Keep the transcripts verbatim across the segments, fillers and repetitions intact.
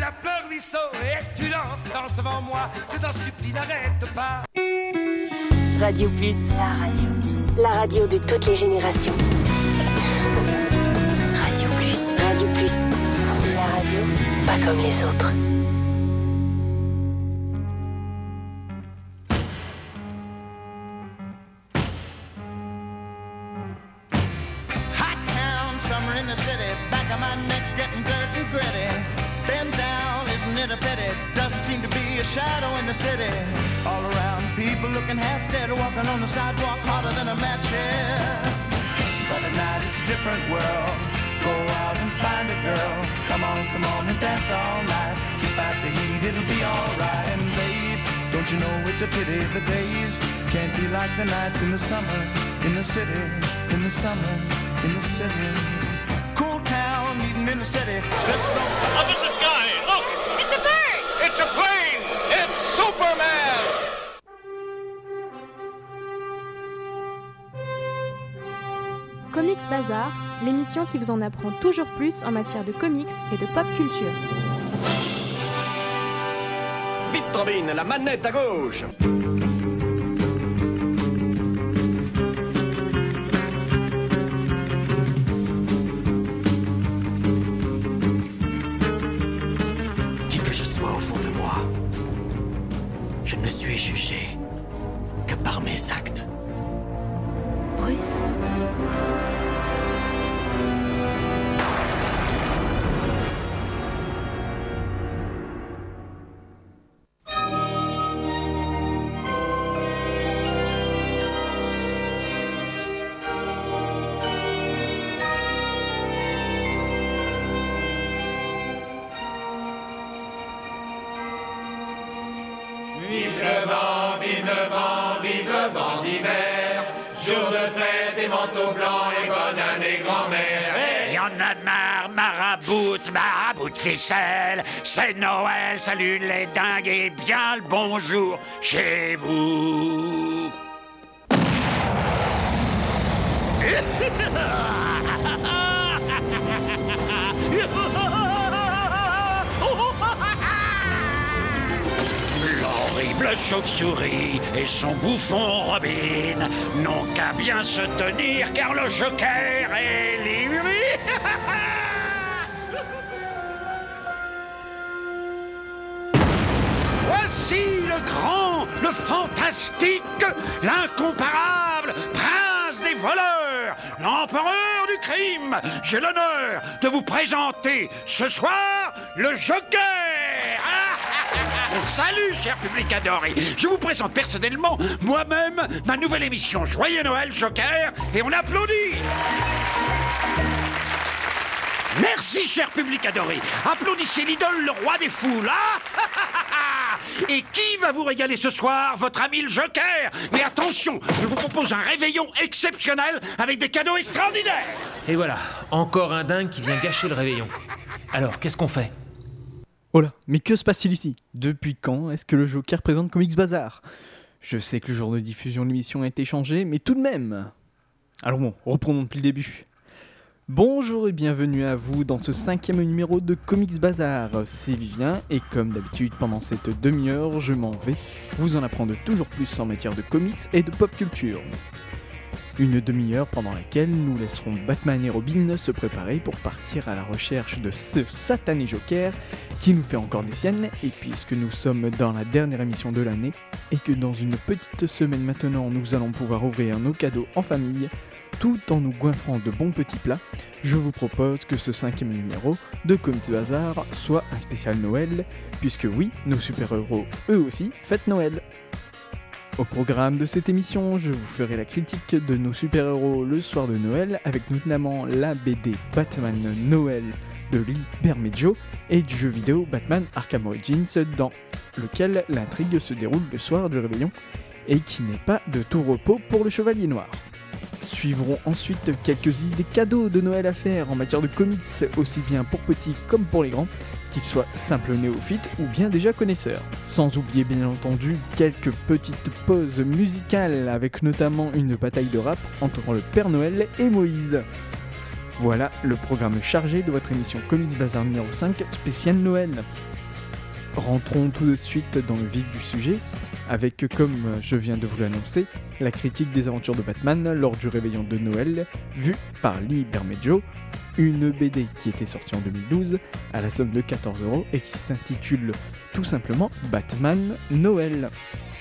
la pleure ruisseau et tu danses, danses devant moi, je t'en supplie, n'arrête pas. Radio Plus, la radio, la radio de toutes les générations. Radio Plus, Radio Plus, la radio pas comme les autres. Summer in the city, back of my neck getting dirt and gritty. Bend down, isn't it a pity? Doesn't seem to be a shadow in the city. All around, people looking half dead, walking on the sidewalk harder than a match here. But at night it's a different world. Go out and find a girl. Come on, come on and dance all night. Despite the heat, it'll be alright. And babe, don't you know it's a pity the days can't be like the nights in the summer, in the city, in the summer, in the city. Cool town, meeting in the city. There's so up in the sky, look! It's a bird! It's a plane! It's Superman! Comics Bazar, l'émission qui vous en apprend toujours plus en matière de comics et de pop culture. Vite, Robin, la manette à gauche! Je ne suis jugé que par mes actes. Bruce. Vive le vent, vive le vent, vive le vent d'hiver. Jour de fête et manteau blanc et bonne année grand-mère. Hey, y'en a de marre, maraboute, maraboute ficelle. C'est Noël, salut les dingues et bien le bonjour chez vous. L'horrible chauve-souris et son bouffon Robin n'ont qu'à bien se tenir car le Joker est libre. Voici le grand, le fantastique, l'incomparable prince des voleurs, l'empereur du crime. J'ai l'honneur de vous présenter ce soir le Joker. Salut, cher public adoré. Je vous présente personnellement, moi-même, ma nouvelle émission Joyeux Noël Joker, et on applaudit. Merci, cher public adoré. Applaudissez l'idole, le roi des foules. Ah et qui va vous régaler ce soir? Votre ami le Joker. Mais attention, je vous propose un réveillon exceptionnel avec des cadeaux extraordinaires. Et voilà, encore un dingue qui vient gâcher le réveillon. Alors, qu'est-ce qu'on fait? Oh là, mais que se passe-t-il ici? Depuis quand est-ce que le Joker présente Comics Bazar? Je sais que le jour de diffusion de l'émission a été changé, mais tout de même. Alors bon, reprenons depuis le début. Bonjour et bienvenue à vous dans ce cinquième numéro de Comics Bazar. C'est Vivien et comme d'habitude pendant cette demi-heure, je m'en vais vous en apprendre toujours plus en matière de comics et de pop culture. Une demi-heure pendant laquelle nous laisserons Batman et Robin se préparer pour partir à la recherche de ce satané Joker qui nous fait encore des siennes, et puisque nous sommes dans la dernière émission de l'année et que dans une petite semaine maintenant nous allons pouvoir ouvrir nos cadeaux en famille tout en nous goinfrant de bons petits plats, je vous propose que ce cinquième numéro de Comics Bazar soit un spécial Noël, puisque oui, nos super-héros eux aussi fêtent Noël. Au programme de cette émission, je vous ferai la critique de nos super-héros le soir de Noël, avec notamment la B D Batman Noël de Lee Bermejo et du jeu vidéo Batman Arkham Origins, dans lequel l'intrigue se déroule le soir du réveillon et qui n'est pas de tout repos pour le Chevalier Noir. Suivront ensuite quelques idées cadeaux de Noël à faire en matière de comics, aussi bien pour petits comme pour les grands, qu'ils soient simples néophytes ou bien déjà connaisseurs. Sans oublier bien entendu quelques petites pauses musicales avec notamment une bataille de rap entre le Père Noël et Moïse. Voilà le programme chargé de votre émission Comics Bazar numéro cinq spécial Noël. rentrons tout de suite dans le vif du sujet, avec, comme je viens de vous l'annoncer, la critique des aventures de Batman lors du réveillon de Noël, vue par Lee Bermejo, une B D qui était sortie en deux mille douze à la somme de quatorze euros et qui s'intitule tout simplement Batman Noël.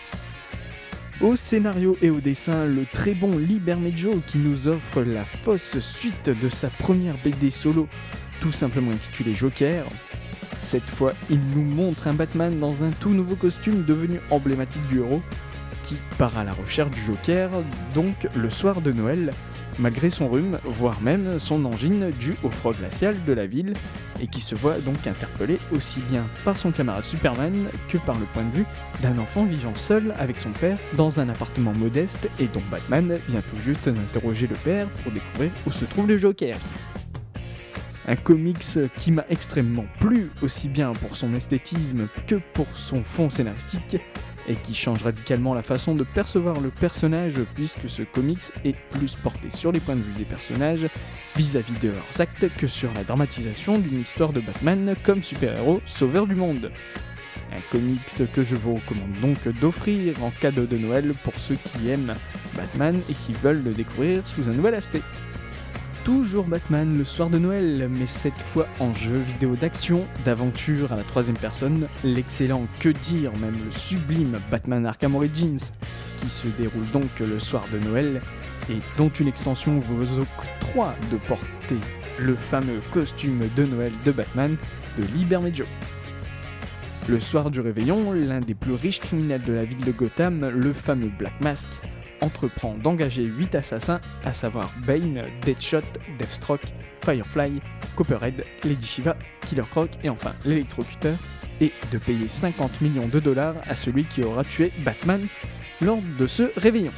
Au scénario et au dessin, le très bon Lee Bermejo qui nous offre la fausse suite de sa première B D solo, tout simplement intitulée Joker. Cette fois, il nous montre un Batman dans un tout nouveau costume devenu emblématique du héros, qui part à la recherche du Joker, donc le soir de Noël, malgré son rhume, voire même son angine due au froid glacial de la ville, et qui se voit donc interpellé aussi bien par son camarade Superman que par le point de vue d'un enfant vivant seul avec son père dans un appartement modeste et dont Batman vient tout juste d'interroger le père pour découvrir où se trouve le Joker. Un comics qui m'a extrêmement plu, aussi bien pour son esthétisme que pour son fond scénaristique, et qui change radicalement la façon de percevoir le personnage puisque ce comics est plus porté sur les points de vue des personnages vis-à-vis de leurs actes que sur la dramatisation d'une histoire de Batman comme super-héros sauveur du monde. Un comics que je vous recommande donc d'offrir en cadeau de Noël pour ceux qui aiment Batman et qui veulent le découvrir sous un nouvel aspect. Toujours Batman le soir de Noël, mais cette fois en jeu vidéo d'action, d'aventure à la troisième personne, l'excellent, que dire, même le sublime Batman Arkham Origins, qui se déroule donc le soir de Noël, et dont une extension vous octroie de porter le fameux costume de Noël de Batman de Lee Bermejo. Le soir du réveillon, l'un des plus riches criminels de la ville de Gotham, le fameux Black Mask, entreprend d'engager huit assassins, à savoir Bane, Deadshot, Deathstroke, Firefly, Copperhead, Lady Shiva, Killer Croc et enfin l'Electrocuteur, et de payer cinquante millions de dollars à celui qui aura tué Batman lors de ce réveillon.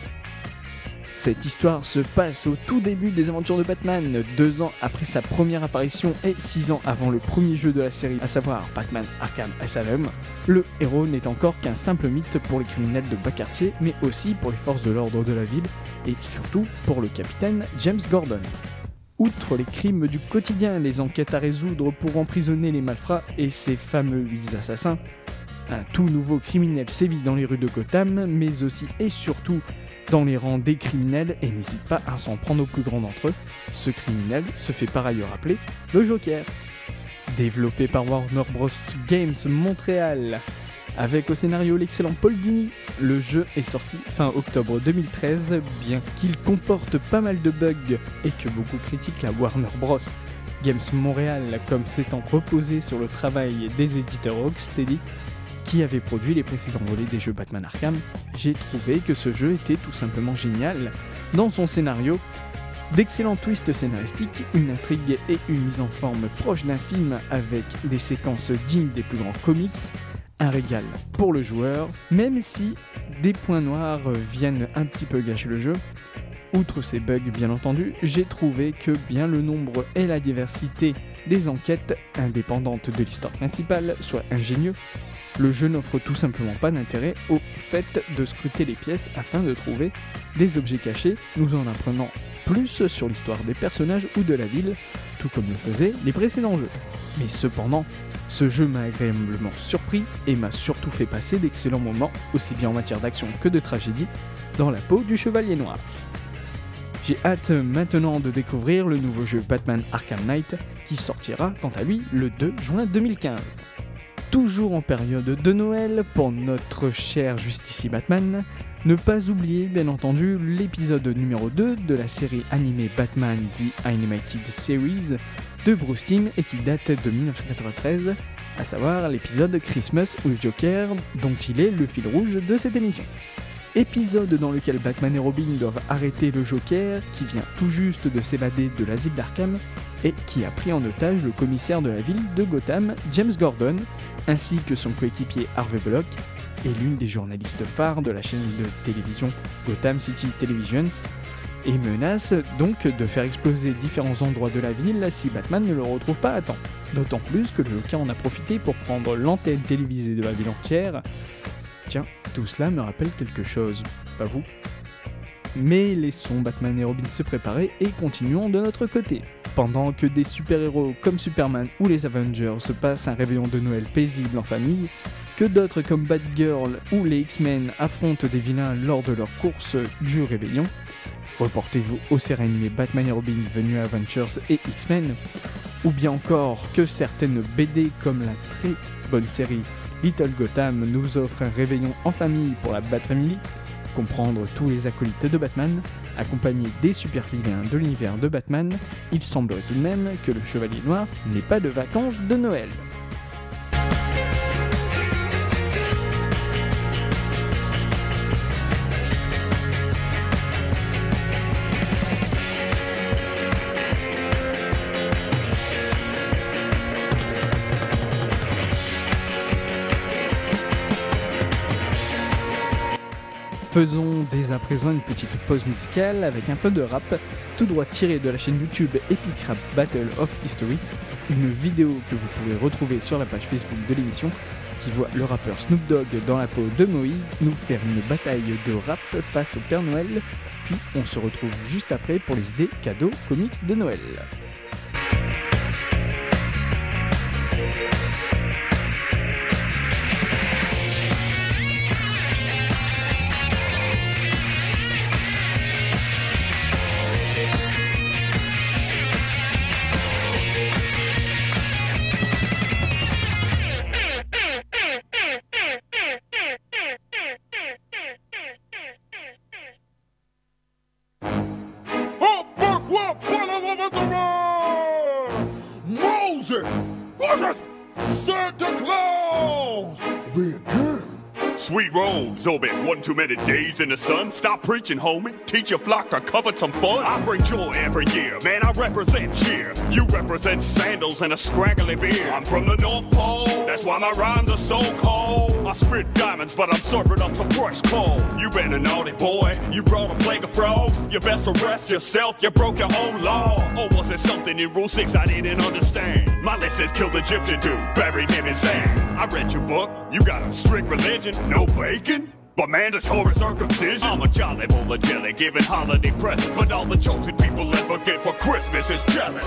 Cette histoire se passe au tout début des aventures de Batman, deux ans après sa première apparition et six ans avant le premier jeu de la série, à savoir Batman Arkham Asylum. Le héros n'est encore qu'un simple mythe pour les criminels de bas quartier, mais aussi pour les forces de l'ordre de la ville, et surtout pour le capitaine James Gordon. Outre les crimes du quotidien, les enquêtes à résoudre pour emprisonner les malfrats et ces fameux huit assassins, un tout nouveau criminel sévit dans les rues de Gotham, mais aussi et surtout dans les rangs des criminels et n'hésite pas à s'en prendre au plus grand d'entre eux. Ce criminel se fait par ailleurs appeler le Joker. Développé par Warner Bros. Games Montréal, avec au scénario l'excellent Paul Dini, le jeu est sorti fin octobre deux mille treize, bien qu'il comporte pas mal de bugs et que beaucoup critiquent la Warner Bros. Games Montréal comme s'étant reposé sur le travail des éditeurs Rocksteady qui avait produit les précédents volets des jeux Batman Arkham, j'ai trouvé que ce jeu était tout simplement génial dans son scénario, d'excellents twists scénaristiques, une intrigue et une mise en forme proche d'un film avec des séquences dignes des plus grands comics, un régal pour le joueur, même si des points noirs viennent un petit peu gâcher le jeu. Outre ces bugs bien entendu, j'ai trouvé que bien le nombre et la diversité des enquêtes indépendantes de l'histoire principale soient ingénieux. Le jeu n'offre tout simplement pas d'intérêt au fait de scruter les pièces afin de trouver des objets cachés, nous en apprenant plus sur l'histoire des personnages ou de la ville, tout comme le faisaient les précédents jeux. Mais cependant, ce jeu m'a agréablement surpris et m'a surtout fait passer d'excellents moments, aussi bien en matière d'action que de tragédie, dans la peau du Chevalier Noir. J'ai hâte maintenant de découvrir le nouveau jeu Batman Arkham Knight, qui sortira quant à lui le deux juin deux mille quinze. Toujours en période de Noël, pour notre cher justicier Batman, ne pas oublier bien entendu l'épisode numéro deux de la série animée Batman The Animated Series de Bruce Timm et qui date de dix-neuf cent quatre-vingt-treize, à savoir l'épisode Christmas with Joker dont il est le fil rouge de cette émission. Épisode dans lequel Batman et Robin doivent arrêter le Joker qui vient tout juste de s'évader de l'asile d'Arkham et qui a pris en otage le commissaire de la ville de Gotham, James Gordon, ainsi que son coéquipier Harvey Bullock et l'une des journalistes phares de la chaîne de télévision Gotham City Televisions, et menace donc de faire exploser différents endroits de la ville si Batman ne le retrouve pas à temps. D'autant plus que le Joker en a profité pour prendre l'antenne télévisée de la ville entière. Tiens, tout cela me rappelle quelque chose, pas vous ? Mais laissons Batman et Robin se préparer et continuons de notre côté. Pendant que des super-héros comme Superman ou les Avengers se passent un réveillon de Noël paisible en famille, que d'autres comme Batgirl ou les X-Men affrontent des vilains lors de leur course du réveillon, reportez-vous aux séries animées Batman et Robin venus à Avengers et X-Men, ou bien encore que certaines B D comme la très bonne série Little Gotham nous offrent un réveillon en famille pour la Bat Family, comprendre tous les acolytes de Batman, accompagnés des super vilains de l'univers de Batman, il semblerait tout de même que le Chevalier Noir n'ait pas de vacances de Noël. Faisons dès à présent une petite pause musicale avec un peu de rap, tout droit tiré de la chaîne YouTube Epic Rap Battle of History, une vidéo que vous pourrez retrouver sur la page Facebook de l'émission, qui voit le rappeur Snoop Dogg dans la peau de Moïse nous faire une bataille de rap face au Père Noël, puis on se retrouve juste après pour les idées cadeaux comics de Noël. Moses! Was it Santa Claus? Be good. Sweet robes, Obit. One too many days in the sun. Stop preaching, homie. Teach your flock to covet some fun. I bring joy every year. Man, I represent cheer. You represent sandals and a scraggly beard. I'm from the North Pole. That's why my rhymes are so cold. I spit diamonds, but I'm serving up some fresh coal. You been a naughty boy. You brought a plague of frogs. You best arrest yourself. You broke your own law. Or was it something in Rule six I didn't understand? My list says kill the gypsy dude. Buried him in sand. I read your book. You got a strict religion. No bacon? But mandatory circumcision? I'm a jolly bowl of jelly giving holiday presents. But all the chosen people ever get for Christmas is jealous.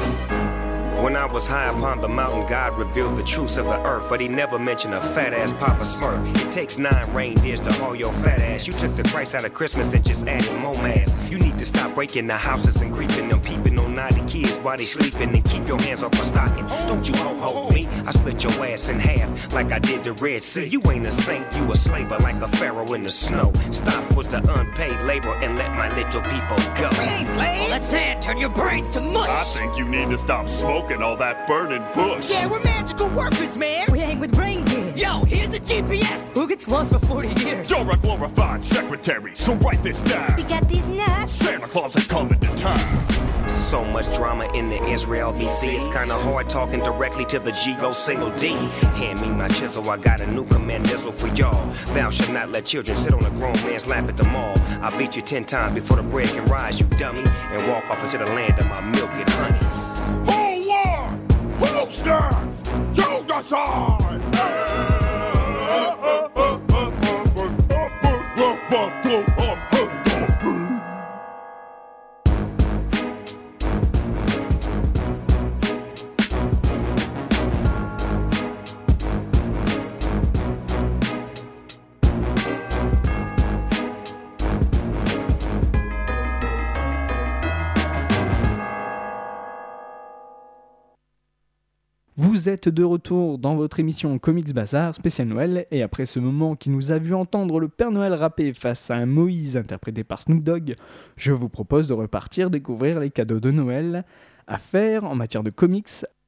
When I was high upon the mountain, God revealed the truths of the earth, but he never mentioned a fat-ass Papa Smurf. It takes nine reindeers to haul your fat ass. You took the Christ out of Christmas and just added more mass. You need to stop breaking the houses and creeping them, peeping on naughty kids while they sleeping, and keep your hands off my stocking. Don't you ho-ho me, I split your ass in half like I did the Red Sea. You ain't a saint, you a slaver like a pharaoh in the snow. Stop with the unpaid labor and let my little people go. We ain't slaves! Well, that's it, turn your brains to mush! I think you need to stop smoking all that burning bush. Yeah, we're magical workers, man. We hang with reindeer. Yo, here's a G P S. Who gets lost for forty years? You're a glorified secretary, so write this down. We got these nuts. Santa Claus is coming to town. So much drama in the Israel B C. It's kinda hard talking directly to the G O single D. Hand me my chisel, I got a new command missile for y'all. Thou shalt not let children sit on a grown man's lap at the mall. I'll beat you ten times before the bread can rise, you dummy, and walk off into the land of my milk and honeys. Who's that? You decide! Vous êtes de retour dans votre émission Comics Bazar spécial Noël, et après ce moment qui nous a vu entendre le Père Noël rapper face à un Moïse interprété par Snoop Dogg, je vous propose de repartir découvrir les cadeaux de Noël à faire en matière de comics,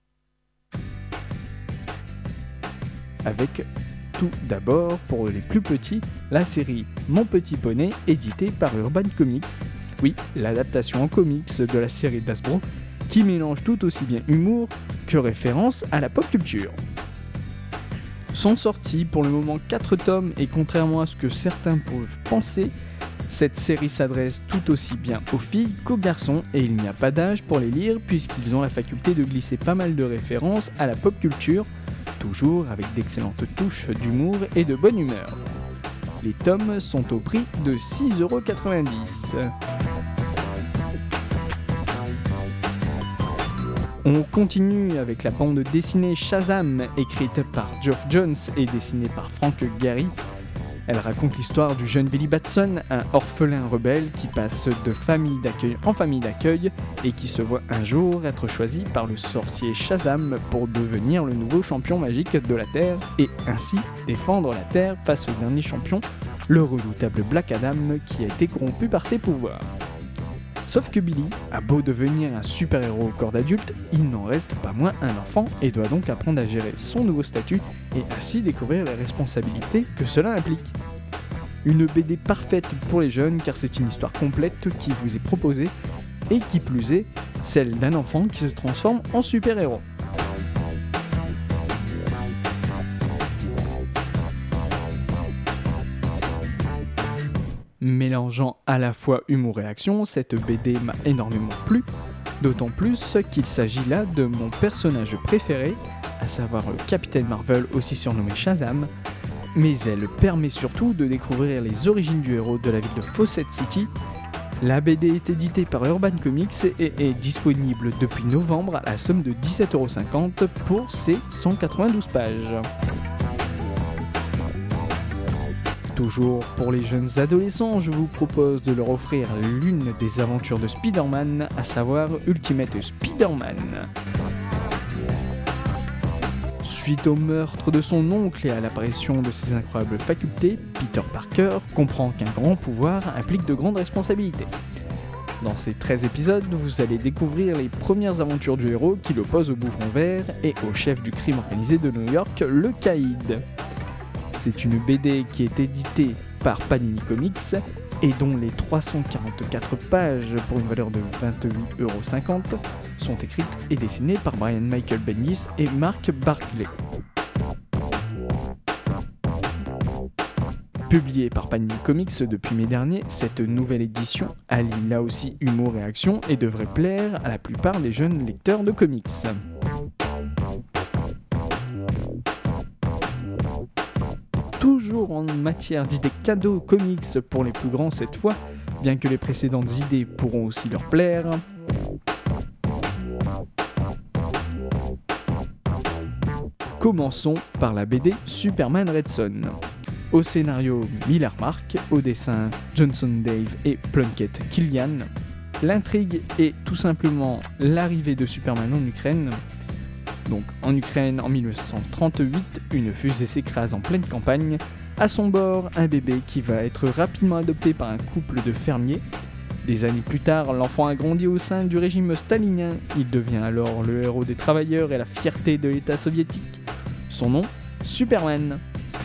avec tout d'abord, pour les plus petits, la série Mon Petit Poney, éditée par Urban Comics. Oui, l'adaptation en comics de la série d'Hasbro, qui mélange tout aussi bien humour que référence à la pop culture. Sont sortis pour le moment quatre tomes, et contrairement à ce que certains peuvent penser, cette série s'adresse tout aussi bien aux filles qu'aux garçons, et il n'y a pas d'âge pour les lire puisqu'ils ont la faculté de glisser pas mal de références à la pop culture, toujours avec d'excellentes touches d'humour et de bonne humeur. Les tomes sont au prix de six euros quatre-vingt-dix. On continue avec la bande dessinée Shazam, écrite par Geoff Johns et dessinée par Frank Gehry. Elle raconte l'histoire du jeune Billy Batson, un orphelin rebelle qui passe de famille d'accueil en famille d'accueil et qui se voit un jour être choisi par le sorcier Shazam pour devenir le nouveau champion magique de la Terre et ainsi défendre la Terre face au dernier champion, le redoutable Black Adam qui a été corrompu par ses pouvoirs. Sauf que Billy a beau devenir un super-héros au corps d'adulte, il n'en reste pas moins un enfant et doit donc apprendre à gérer son nouveau statut et ainsi découvrir les responsabilités que cela implique. Une B D parfaite pour les jeunes car c'est une histoire complète qui vous est proposée et qui plus est, celle d'un enfant qui se transforme en super-héros. Mélangeant à la fois humour et action, cette B D m'a énormément plu, d'autant plus qu'il s'agit là de mon personnage préféré, à savoir le Capitaine Marvel, aussi surnommé Shazam, mais elle permet surtout de découvrir les origines du héros de la ville de Fawcett City. La B D est éditée par Urban Comics et est disponible depuis novembre à la somme de dix-sept euros cinquante pour ses cent quatre-vingt-douze pages. Toujours pour les jeunes adolescents, je vous propose de leur offrir l'une des aventures de Spider-Man, à savoir Ultimate Spider-Man. Suite au meurtre de son oncle et à l'apparition de ses incroyables facultés, Peter Parker comprend qu'un grand pouvoir implique de grandes responsabilités. Dans ces treize épisodes, vous allez découvrir les premières aventures du héros qui l'opposent au Bouffon Vert et au chef du crime organisé de New York, le Caïd. C'est une B D qui est éditée par Panini Comics et dont les trois cent quarante-quatre pages pour une valeur de vingt-huit euros cinquante sont écrites et dessinées par Brian Michael Bendis et Mark Barclay. Publiée par Panini Comics depuis mai dernier, cette nouvelle édition allie là aussi humour et action et devrait plaire à la plupart des jeunes lecteurs de comics. Toujours en matière d'idées cadeaux comics pour les plus grands cette fois, bien que les précédentes idées pourront aussi leur plaire. Commençons par la B D Superman Red Son. Au scénario Miller Mark, au dessin Johnson Dave et Plunkett Killian. L'intrigue est tout simplement l'arrivée de Superman en Ukraine. Donc en Ukraine en mille neuf cent trente-huit, une fusée s'écrase en pleine campagne. À son bord, un bébé qui va être rapidement adopté par un couple de fermiers. Des années plus tard, l'enfant a grandi au sein du régime stalinien. Il devient alors le héros des travailleurs et la fierté de l'État soviétique. Son nom, Superman.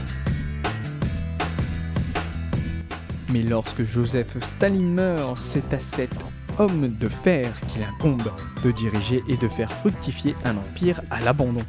Mais lorsque Joseph Staline meurt, c'est à cet homme de fer qu'il incombe de diriger et de faire fructifier un empire à l'abandon.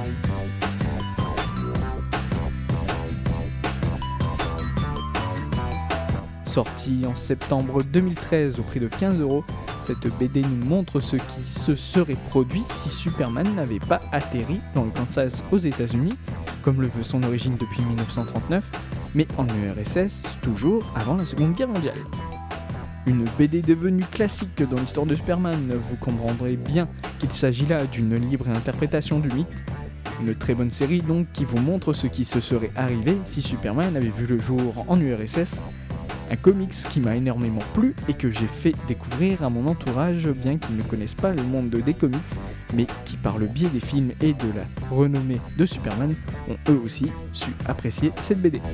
Sortie en septembre deux mille treize au prix de quinze euros, cette B D nous montre ce qui se serait produit si Superman n'avait pas atterri dans le Kansas aux États-Unis, comme le veut son origine depuis mille neuf cent trente-neuf, mais en U R S S toujours avant la Seconde Guerre mondiale. Une B D devenue classique dans l'histoire de Superman, vous comprendrez bien qu'il s'agit là d'une libre interprétation du mythe. Une très bonne série donc qui vous montre ce qui se serait arrivé si Superman avait vu le jour en U R S S. Un comics qui m'a énormément plu et que j'ai fait découvrir à mon entourage bien qu'ils ne connaissent pas le monde des comics, mais qui par le biais des films et de la renommée de Superman ont eux aussi su apprécier cette B D.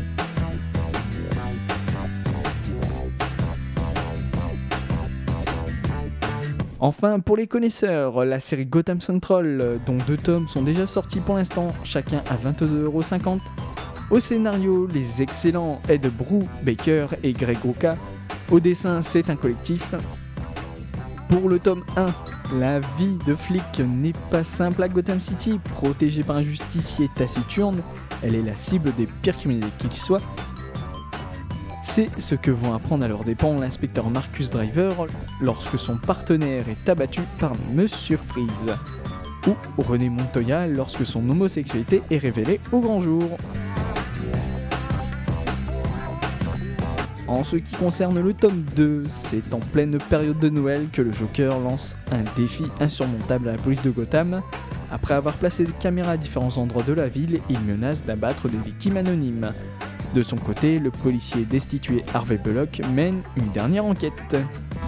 Enfin, pour les connaisseurs, la série Gotham Central, dont deux tomes sont déjà sortis pour l'instant, chacun à vingt-deux euros cinquante. Au scénario, les excellents Ed Brubaker et Greg Rucka. Au dessin, c'est un collectif. Pour le tome un, la vie de flic n'est pas simple à Gotham City. Protégée par un justicier taciturne, elle est la cible des pires criminels qu'ils soient. C'est ce que vont apprendre à leurs dépens l'inspecteur Marcus Driver lorsque son partenaire est abattu par Monsieur Freeze, ou René Montoya lorsque son homosexualité est révélée au grand jour. En ce qui concerne le tome deux, c'est en pleine période de Noël que le Joker lance un défi insurmontable à la police de Gotham. Après avoir placé des caméras à différents endroits de la ville, il menace d'abattre des victimes anonymes. De son côté, le policier destitué Harvey Bullock mène une dernière enquête.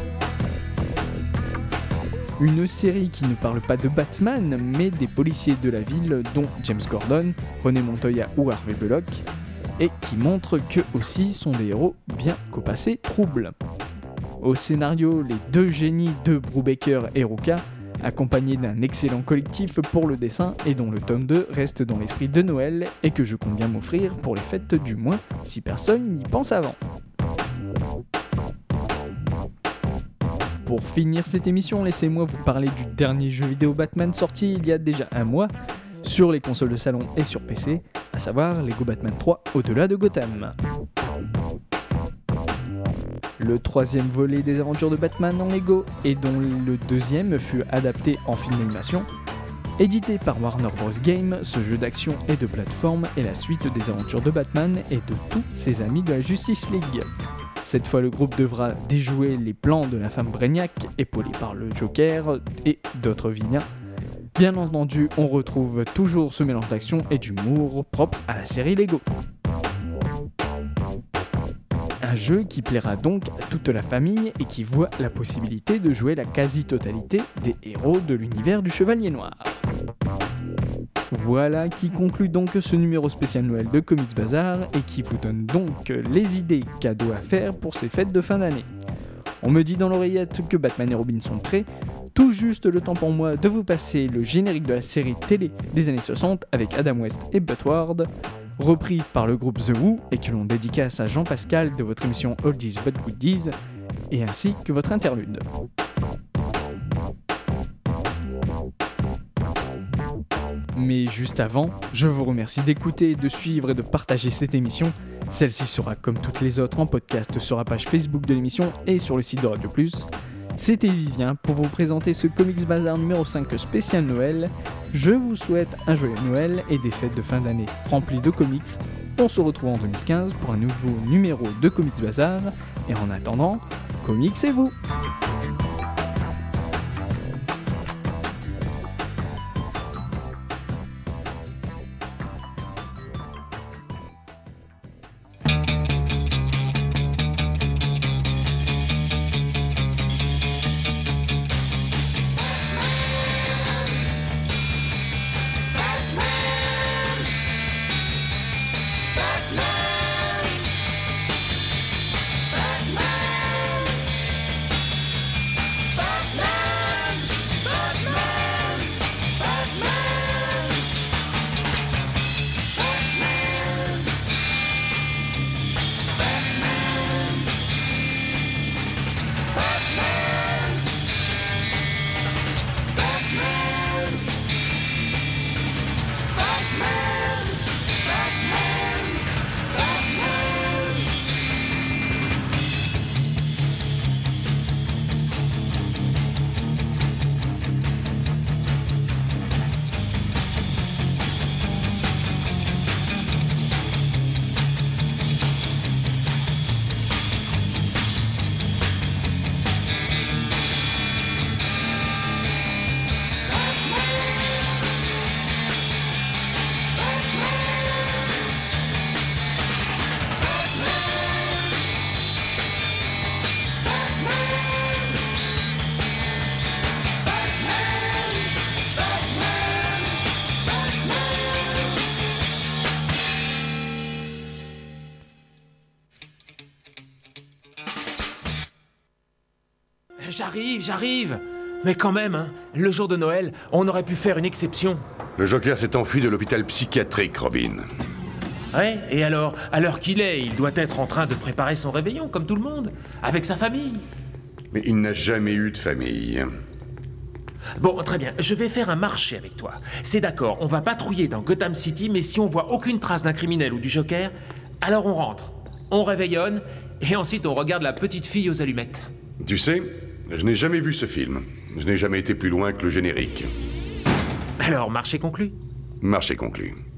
Une série qui ne parle pas de Batman, mais des policiers de la ville, dont James Gordon, René Montoya ou Harvey Bullock, et qui montre qu'eux aussi sont des héros bien qu'au passé trouble. Au scénario, les deux génies de Brubaker et Rucka, accompagnés d'un excellent collectif pour le dessin et dont le tome deux reste dans l'esprit de Noël et que je compte bien m'offrir pour les fêtes du moins si personne n'y pense avant. Pour finir cette émission, laissez-moi vous parler du dernier jeu vidéo Batman sorti il y a déjà un mois sur les consoles de salon et sur P C, à savoir Lego Batman trois Au-delà de Gotham. Le troisième volet des aventures de Batman en Lego et dont le deuxième fut adapté en film d'animation. Édité par Warner Bros. Games, ce jeu d'action et de plateforme est la suite des aventures de Batman et de tous ses amis de la Justice League. Cette fois, le groupe devra déjouer les plans de la femme Brainiac, épaulée par le Joker et d'autres vilains. Bien entendu, on retrouve toujours ce mélange d'action et d'humour propre à la série Lego. Un jeu qui plaira donc à toute la famille et qui voit la possibilité de jouer la quasi-totalité des héros de l'univers du Chevalier Noir. Voilà qui conclut donc ce numéro spécial Noël de Comics Bazar et qui vous donne donc les idées cadeaux à faire pour ces fêtes de fin d'année. On me dit dans l'oreillette que Batman et Robin sont prêts, tout juste le temps pour moi de vous passer le générique de la série télé des années soixante avec Adam West et Burt Ward, repris par le groupe The Who et que l'on dédicace à Jean-Pascal de votre émission Oldies But Goodies, et ainsi que votre interlude. Mais juste avant, je vous remercie d'écouter, de suivre et de partager cette émission. Celle-ci sera comme toutes les autres en podcast sur la page Facebook de l'émission et sur le site de Radio Plus. C'était Vivien pour vous présenter ce Comics Bazar numéro cinq spécial Noël. Je vous souhaite un joyeux Noël et des fêtes de fin d'année remplies de comics. On se retrouve en deux mille quinze pour un nouveau numéro de Comics Bazar. Et en attendant, comics et vous! J'arrive, j'arrive. Mais quand même, hein, le jour de Noël, on aurait pu faire une exception. Le Joker s'est enfui de l'hôpital psychiatrique, Robin. Ouais, et alors, à l'heure qu'il est, il doit être en train de préparer son réveillon, comme tout le monde, avec sa famille. Mais il n'a jamais eu de famille. Bon, très bien, je vais faire un marché avec toi. C'est d'accord, on va patrouiller dans Gotham City, mais si on voit aucune trace d'un criminel ou du Joker, alors on rentre, on réveillonne, et ensuite on regarde la petite fille aux allumettes. Tu sais, je n'ai jamais vu ce film. Je n'ai jamais été plus loin que le générique. Alors, marché conclu ? Marché conclu.